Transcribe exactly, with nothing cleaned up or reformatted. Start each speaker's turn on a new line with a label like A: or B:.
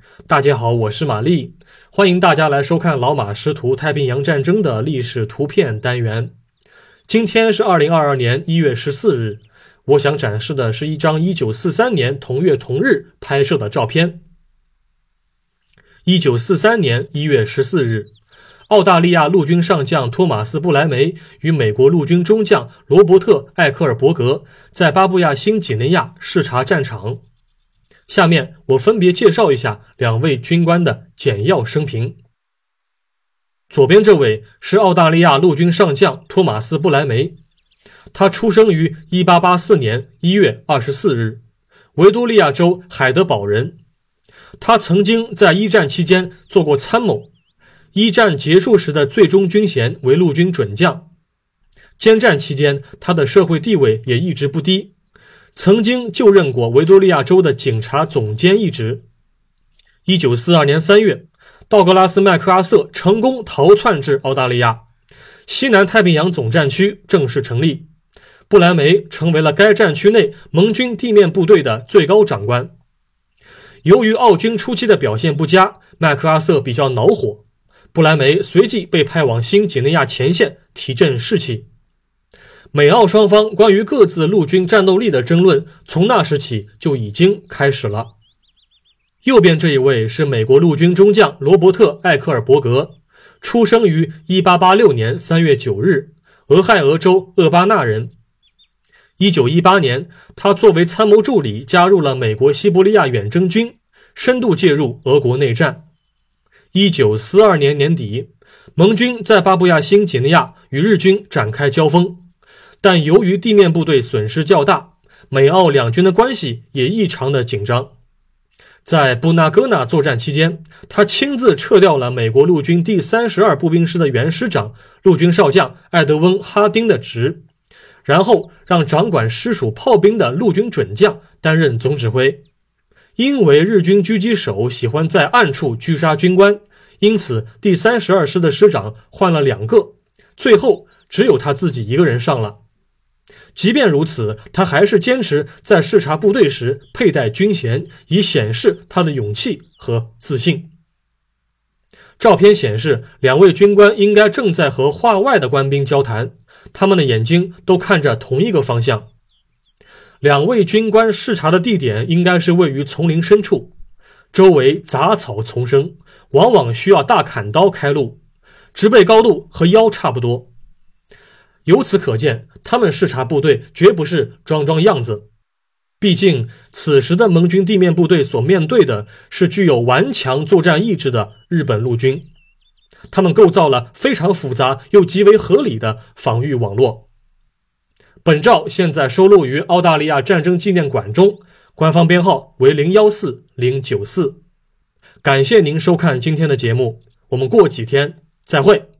A: 大家好，我是玛丽，欢迎大家来收看老马识图太平洋战争的历史图片单元。今天是二零二二年一月十四日，我想展示的是一张一九四三年同月同日拍摄的照片。一九四三年一月十四日，澳大利亚陆军上将托马斯·布莱梅与美国陆军中将罗伯特·艾克尔伯格在巴布亚新几内亚视察战场。下面我分别介绍一下两位军官的简要生平。左边这位是澳大利亚陆军上将托马斯·布莱梅，他出生于一八八四年一月二十四日，维多利亚州海德堡人。他曾经在一战期间做过参谋，一战结束时的最终军衔为陆军准将。监战期间，他的社会地位也一直不低，曾经就任过维多利亚州的警察总监一职。一九四二年三月，道格拉斯·麦克阿瑟成功逃窜至澳大利亚，西南太平洋总战区正式成立，布莱梅成为了该战区内盟军地面部队的最高长官。由于澳军初期的表现不佳，麦克阿瑟比较恼火，布莱梅随即被派往新几内亚前线提振士气。美澳双方关于各自陆军战斗力的争论从那时起就已经开始了。右边这一位是美国陆军中将罗伯特·艾克尔伯格，出生于一八八六年三月九日，俄亥俄州厄巴纳人。一九一八年，他作为参谋助理加入了美国西伯利亚远征军，深度介入俄国内战。一九四二年年底，盟军在巴布亚新几内亚与日军展开交锋，但由于地面部队损失较大，美澳两军的关系也异常的紧张。在布纳戈纳作战期间，他亲自撤掉了美国陆军第三十二步兵师的原师长陆军少将艾德温·哈丁的职，然后让掌管师属炮兵的陆军准将担任总指挥。因为日军狙击手喜欢在暗处狙杀军官，因此第三十二师的师长换了两个，最后只有他自己一个人上了。即便如此，他还是坚持在视察部队时佩戴军衔，以显示他的勇气和自信。照片显示，两位军官应该正在和话外的官兵交谈，他们的眼睛都看着同一个方向。两位军官视察的地点应该是位于丛林深处，周围杂草丛生，往往需要大砍刀开路，植被高度和腰差不多。由此可见，他们视察部队绝不是装装样子，毕竟此时的盟军地面部队所面对的是具有顽强作战意志的日本陆军，他们构造了非常复杂又极为合理的防御网络。本照现在收录于澳大利亚战争纪念馆中，官方编号为零一四零九四。感谢您收看今天的节目，我们过几天再会。